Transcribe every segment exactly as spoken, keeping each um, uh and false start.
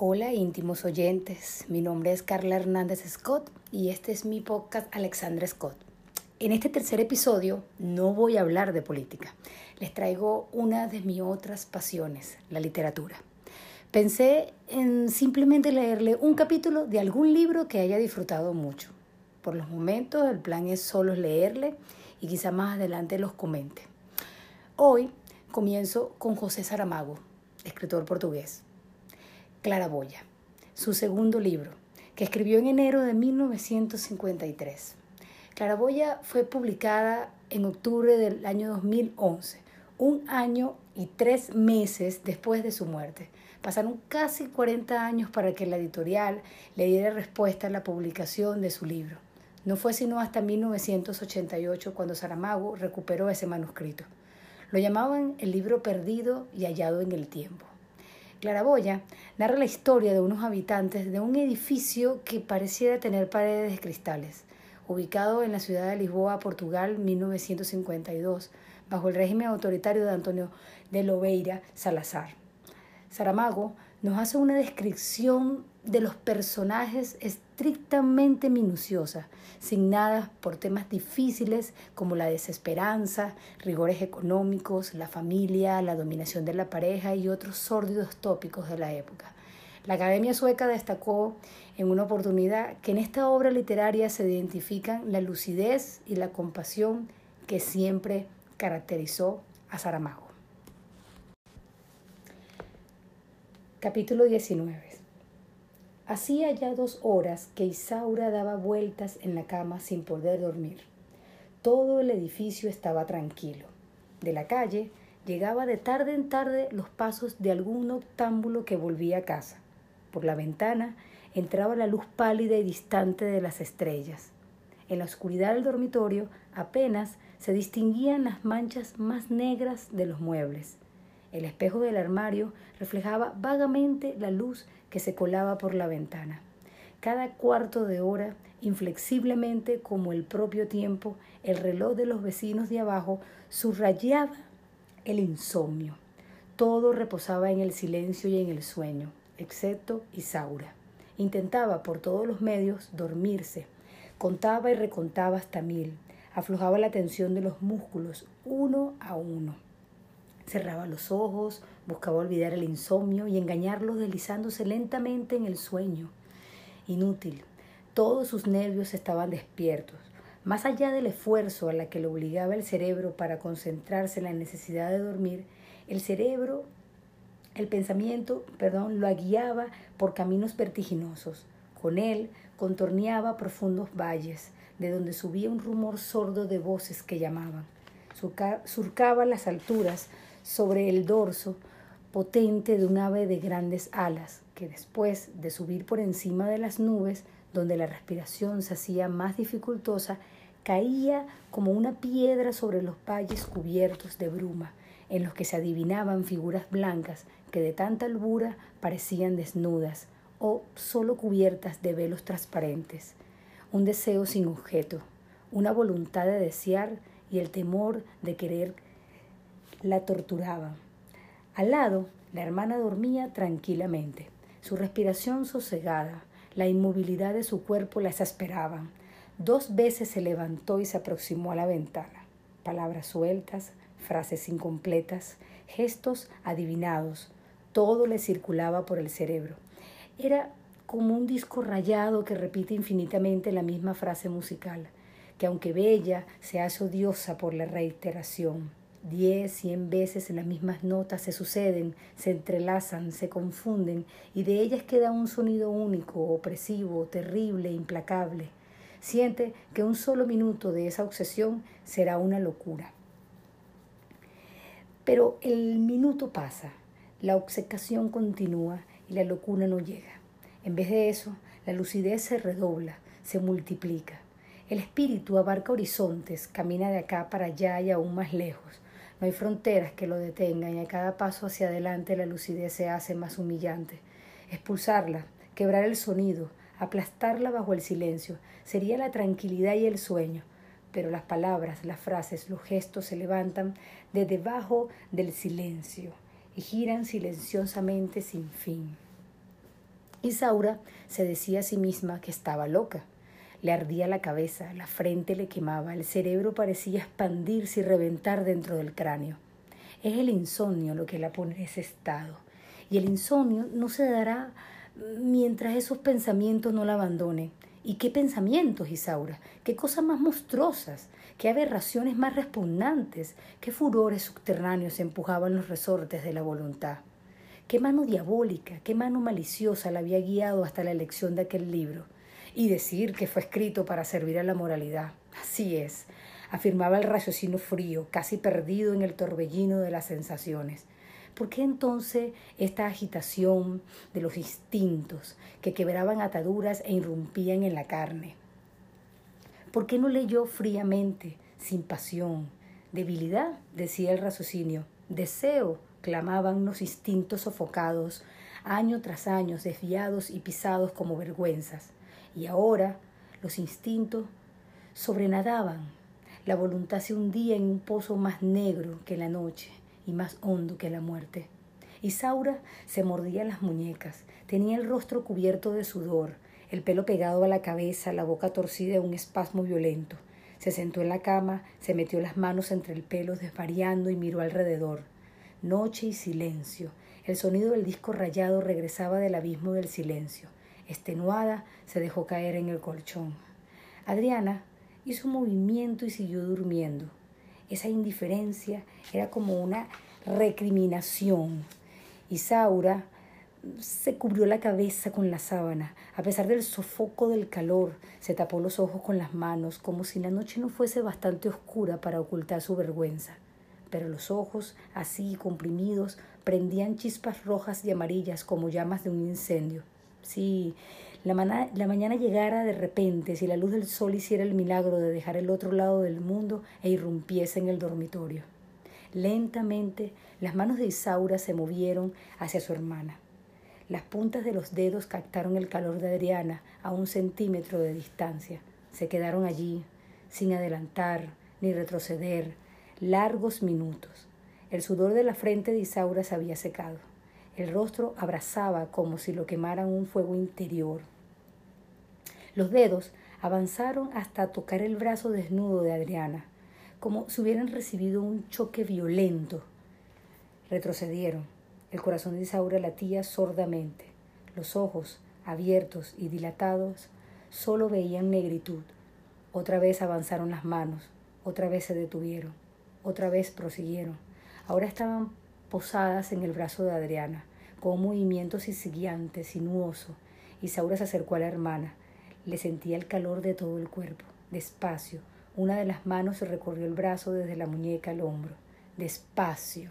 Hola íntimos oyentes, mi nombre es Carla Hernández Scott y este es mi podcast Alexandra Scott. En este tercer episodio no voy a hablar de política, les traigo una de mis otras pasiones, la literatura. Pensé en simplemente leerle un capítulo de algún libro que haya disfrutado mucho. Por los momentos el plan es solo leerle y quizá más adelante los comente. Hoy comienzo con José Saramago, escritor portugués. Claraboya, su segundo libro, que escribió en enero de mil novecientos cincuenta y tres. Claraboya fue publicada en octubre del año dos mil once, un año y tres meses después de su muerte. Pasaron casi cuarenta años para que la editorial le diera respuesta a la publicación de su libro. No fue sino hasta mil novecientos ochenta y ocho cuando Saramago recuperó ese manuscrito. Lo llamaban el libro perdido y hallado en el tiempo. Claraboya narra la historia de unos habitantes de un edificio que pareciera tener paredes de cristales, ubicado en la ciudad de Lisboa, Portugal, mil novecientos cincuenta y dos, bajo el régimen autoritario de António de Lobeira Salazar. Saramago nos hace una descripción de los personajes estrictamente minuciosa, signadas por temas difíciles como la desesperanza, rigores económicos, la familia, la dominación de la pareja y otros sórdidos tópicos de la época. La Academia Sueca destacó en una oportunidad que en esta obra literaria se identifican la lucidez y la compasión que siempre caracterizó a Saramago. Capítulo diecinueve. Hacía ya dos horas que Isaura daba vueltas en la cama sin poder dormir. Todo el edificio estaba tranquilo. De la calle llegaba de tarde en tarde los pasos de algún noctámbulo que volvía a casa. Por la ventana entraba la luz pálida y distante de las estrellas. En la oscuridad del dormitorio apenas se distinguían las manchas más negras de los muebles. El espejo del armario reflejaba vagamente la luz que se colaba por la ventana. Cada cuarto de hora, inflexiblemente como el propio tiempo, el reloj de los vecinos de abajo subrayaba el insomnio. Todo reposaba en el silencio y en el sueño, excepto Isaura. Intentaba por todos los medios dormirse. Contaba y recontaba hasta mil. Aflojaba la tensión de los músculos, uno a uno. Cerraba los ojos, buscaba olvidar el insomnio y engañarlos deslizándose lentamente en el sueño. Inútil, todos sus nervios estaban despiertos. Más allá del esfuerzo a la que le obligaba el cerebro para concentrarse en la necesidad de dormir, el cerebro, el pensamiento, perdón, lo guiaba por caminos vertiginosos. Con él contorneaba profundos valles, de donde subía un rumor sordo de voces que llamaban. Surca, surcaba las alturas sobre el dorso potente de un ave de grandes alas, que después de subir por encima de las nubes, donde la respiración se hacía más dificultosa, caía como una piedra sobre los valles cubiertos de bruma, en los que se adivinaban figuras blancas que de tanta albura parecían desnudas o solo cubiertas de velos transparentes. Un deseo sin objeto, una voluntad de desear y el temor de querer la torturaba. Al lado, la hermana dormía tranquilamente. Su respiración sosegada, la inmovilidad de su cuerpo la exasperaban. Dos veces se levantó y se aproximó a la ventana. Palabras sueltas, frases incompletas, gestos adivinados, todo le circulaba por el cerebro. Era como un disco rayado que repite infinitamente la misma frase musical, que aunque bella, se hace odiosa por la reiteración. Diez, cien veces en las mismas notas se suceden, se entrelazan, se confunden, y de ellas queda un sonido único, opresivo, terrible, implacable. Siente que un solo minuto de esa obsesión será una locura. Pero el minuto pasa, la obcecación continúa y la locura no llega. En vez de eso, la lucidez se redobla, se multiplica. El espíritu abarca horizontes, camina de acá para allá y aún más lejos. No hay fronteras que lo detengan y a cada paso hacia adelante la lucidez se hace más humillante. Expulsarla, quebrar el sonido, aplastarla bajo el silencio, sería la tranquilidad y el sueño. Pero las palabras, las frases, los gestos se levantan de debajo del silencio y giran silenciosamente sin fin. Isaura se decía a sí misma que estaba loca. Le ardía la cabeza, la frente le quemaba, el cerebro parecía expandirse y reventar dentro del cráneo. Es el insomnio lo que la pone en ese estado. Y el insomnio no se dará mientras esos pensamientos no la abandonen. ¿Y qué pensamientos, Isaura? ¿Qué cosas más monstruosas? ¿Qué aberraciones más repugnantes? ¿Qué furores subterráneos empujaban los resortes de la voluntad? ¿Qué mano diabólica, qué mano maliciosa la había guiado hasta la elección de aquel libro? Y decir que fue escrito para servir a la moralidad. Así es, afirmaba el raciocinio frío, casi perdido en el torbellino de las sensaciones. ¿Por qué entonces esta agitación de los instintos que quebraban ataduras e irrumpían en la carne? ¿Por qué no leyó fríamente, sin pasión? Debilidad, decía el raciocinio. Deseo, clamaban los instintos sofocados, año tras año desviados y pisados como vergüenzas. Y ahora los instintos sobrenadaban. La voluntad se hundía en un pozo más negro que la noche y más hondo que la muerte. Isaura se mordía las muñecas, tenía el rostro cubierto de sudor, el pelo pegado a la cabeza, la boca torcida en un espasmo violento. Se sentó en la cama, se metió las manos entre el pelo desvariando y miró alrededor. Noche y silencio. El sonido del disco rayado regresaba del abismo del silencio. Extenuada, se dejó caer en el colchón. Adriana hizo un movimiento y siguió durmiendo. Esa indiferencia era como una recriminación. Isaura se cubrió la cabeza con la sábana. A pesar del sofoco del calor, se tapó los ojos con las manos, como si la noche no fuese bastante oscura para ocultar su vergüenza. Pero los ojos, así comprimidos, prendían chispas rojas y amarillas como llamas de un incendio. Si la, mana- la mañana llegara de repente, si la luz del sol hiciera el milagro de dejar el otro lado del mundo e irrumpiese en el dormitorio. Lentamente, las manos de Isaura se movieron hacia su hermana. Las puntas de los dedos captaron el calor de Adriana a un centímetro de distancia. Se quedaron allí, sin adelantar ni retroceder, largos minutos. El sudor de la frente de Isaura se había secado. El rostro abrasaba como si lo quemaran un fuego interior. Los dedos avanzaron hasta tocar el brazo desnudo de Adriana, como si hubieran recibido un choque violento. Retrocedieron. El corazón de Isaura latía sordamente. Los ojos, abiertos y dilatados, solo veían negritud. Otra vez avanzaron las manos, otra vez se detuvieron, otra vez prosiguieron. Ahora estaban posadas en el brazo de Adriana, con un movimiento sisiante, sinuoso. Isaura se acercó a la hermana. Le sentía el calor de todo el cuerpo. Despacio, una de las manos recorrió el brazo desde la muñeca al hombro. Despacio.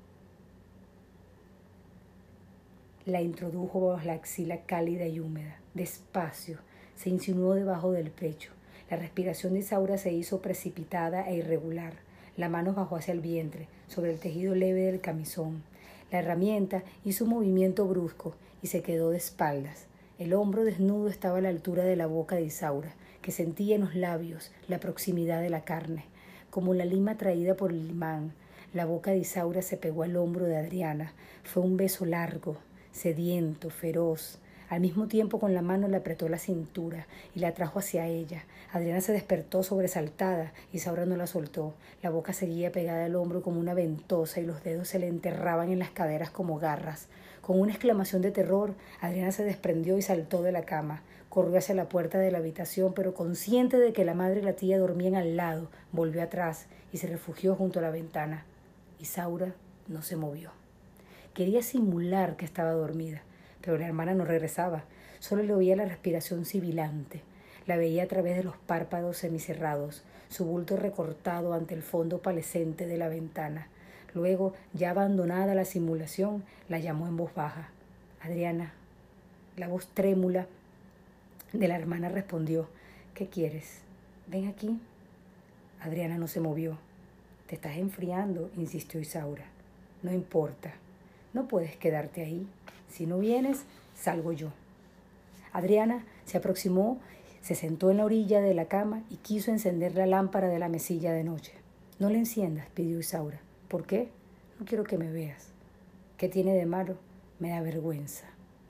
La introdujo bajo la axila cálida y húmeda. Despacio, se insinuó debajo del pecho. La respiración de Isaura se hizo precipitada e irregular. La mano bajó hacia el vientre, sobre el tejido leve del camisón. La herramienta hizo un movimiento brusco y se quedó de espaldas. El hombro desnudo estaba a la altura de la boca de Isaura, que sentía en los labios la proximidad de la carne. Como la lima traída por el imán, la boca de Isaura se pegó al hombro de Adriana. Fue un beso largo, sediento, feroz. Al mismo tiempo con la mano le apretó la cintura y la trajo hacia ella. Adriana se despertó sobresaltada. Isaura no la soltó. La boca seguía pegada al hombro como una ventosa y los dedos se le enterraban en las caderas como garras. Con una exclamación de terror, Adriana se desprendió y saltó de la cama. Corrió hacia la puerta de la habitación, pero consciente de que la madre y la tía dormían al lado, volvió atrás y se refugió junto a la ventana. Isaura no se movió. Quería simular que estaba dormida, pero la hermana no regresaba. Solo le oía la respiración sibilante. La veía a través de los párpados semicerrados, su bulto recortado ante el fondo opalescente de la ventana. Luego, ya abandonada la simulación, la llamó en voz baja. Adriana. La voz trémula de la hermana respondió. ¿Qué quieres? Ven aquí. Adriana no se movió. Te estás enfriando, insistió Isaura. No importa. No puedes quedarte ahí. Si no vienes, salgo yo. Adriana se aproximó, se sentó en la orilla de la cama y quiso encender la lámpara de la mesilla de noche. No la enciendas, pidió Isaura. ¿Por qué? No quiero que me veas. ¿Qué tiene de malo? Me da vergüenza.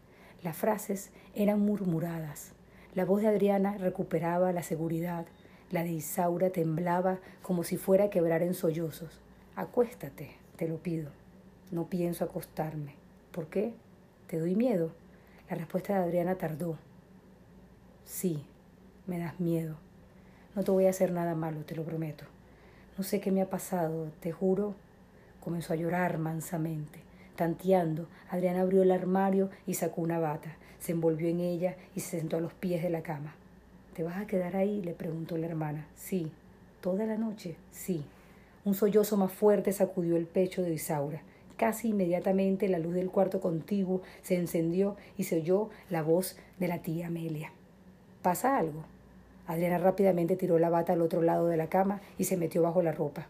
Las frases eran murmuradas. La voz de Adriana recuperaba la seguridad. La de Isaura temblaba como si fuera a quebrar en sollozos. Acuéstate, te lo pido. No pienso acostarme. ¿Por qué? ¿Te doy miedo? La respuesta de Adriana tardó. Sí, me das miedo. No te voy a hacer nada malo, te lo prometo. No sé qué me ha pasado, te juro. Comenzó a llorar mansamente. Tanteando, Adriana abrió el armario y sacó una bata. Se envolvió en ella y se sentó a los pies de la cama. ¿Te vas a quedar ahí?, le preguntó la hermana. Sí. ¿Toda la noche? Sí. Un sollozo más fuerte sacudió el pecho de Isaura. Casi inmediatamente la luz del cuarto contiguo se encendió y se oyó la voz de la tía Amelia. ¿Pasa algo? Adriana rápidamente tiró la bata al otro lado de la cama y se metió bajo la ropa.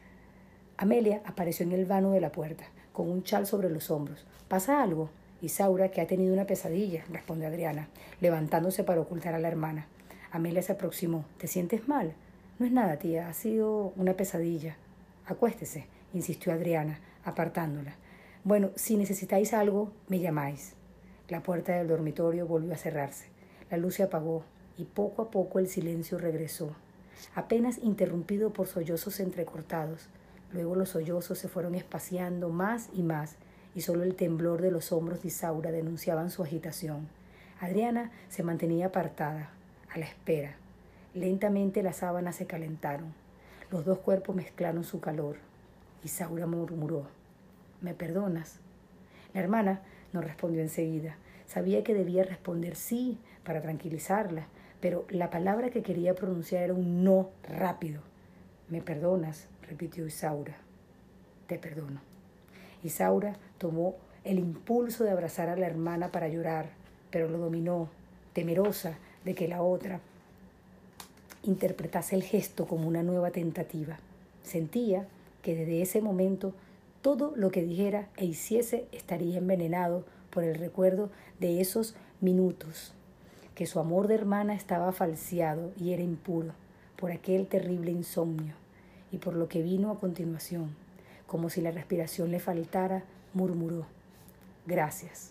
Amelia apareció en el vano de la puerta, con un chal sobre los hombros. ¿Pasa algo? Isaura, que ha tenido una pesadilla, respondió Adriana, levantándose para ocultar a la hermana. Amelia se aproximó. ¿Te sientes mal? No es nada, tía, ha sido una pesadilla. Acuéstese, insistió Adriana, apartándola. Bueno, si necesitáis algo, me llamáis. La puerta del dormitorio volvió a cerrarse. La luz se apagó y poco a poco el silencio regresó, apenas interrumpido por sollozos entrecortados. Luego los sollozos se fueron espaciando más y más, y solo el temblor de los hombros de Isaura denunciaban su agitación. Adriana se mantenía apartada, a la espera. Lentamente las sábanas se calentaron. Los dos cuerpos mezclaron su calor. Isaura murmuró: ¿me perdonas? La hermana no respondió enseguida. Sabía que debía responder sí para tranquilizarla, pero la palabra que quería pronunciar era un no rápido. ¿Me perdonas?, repitió Isaura. Te perdono. Isaura tomó el impulso de abrazar a la hermana para llorar, pero lo dominó, temerosa de que la otra interpretase el gesto como una nueva tentativa. Sentía que desde ese momento todo lo que dijera e hiciese estaría envenenado por el recuerdo de esos minutos, que su amor de hermana estaba falseado y era impuro, por aquel terrible insomnio, y por lo que vino a continuación. Como si la respiración le faltara, murmuró: gracias.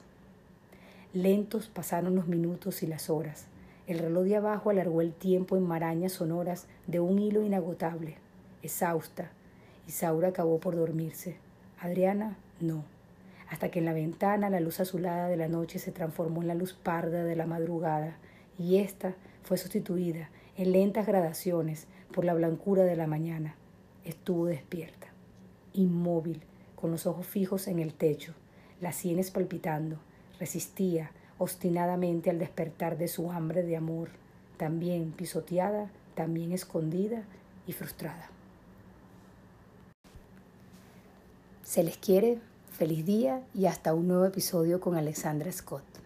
Lentos pasaron los minutos y las horas. El reloj de abajo alargó el tiempo en marañas sonoras de un hilo inagotable. Exhausta, Isaura acabó por dormirse. Adriana, no. Hasta que en la ventana la luz azulada de la noche se transformó en la luz parda de la madrugada, y ésta fue sustituida en lentas gradaciones por la blancura de la mañana. Estuvo despierta, inmóvil, con los ojos fijos en el techo, las sienes palpitando. Resistía obstinadamente al despertar de su hambre de amor, también pisoteada, también escondida y frustrada. Se les quiere, feliz día y hasta un nuevo episodio con Alexandra Scott.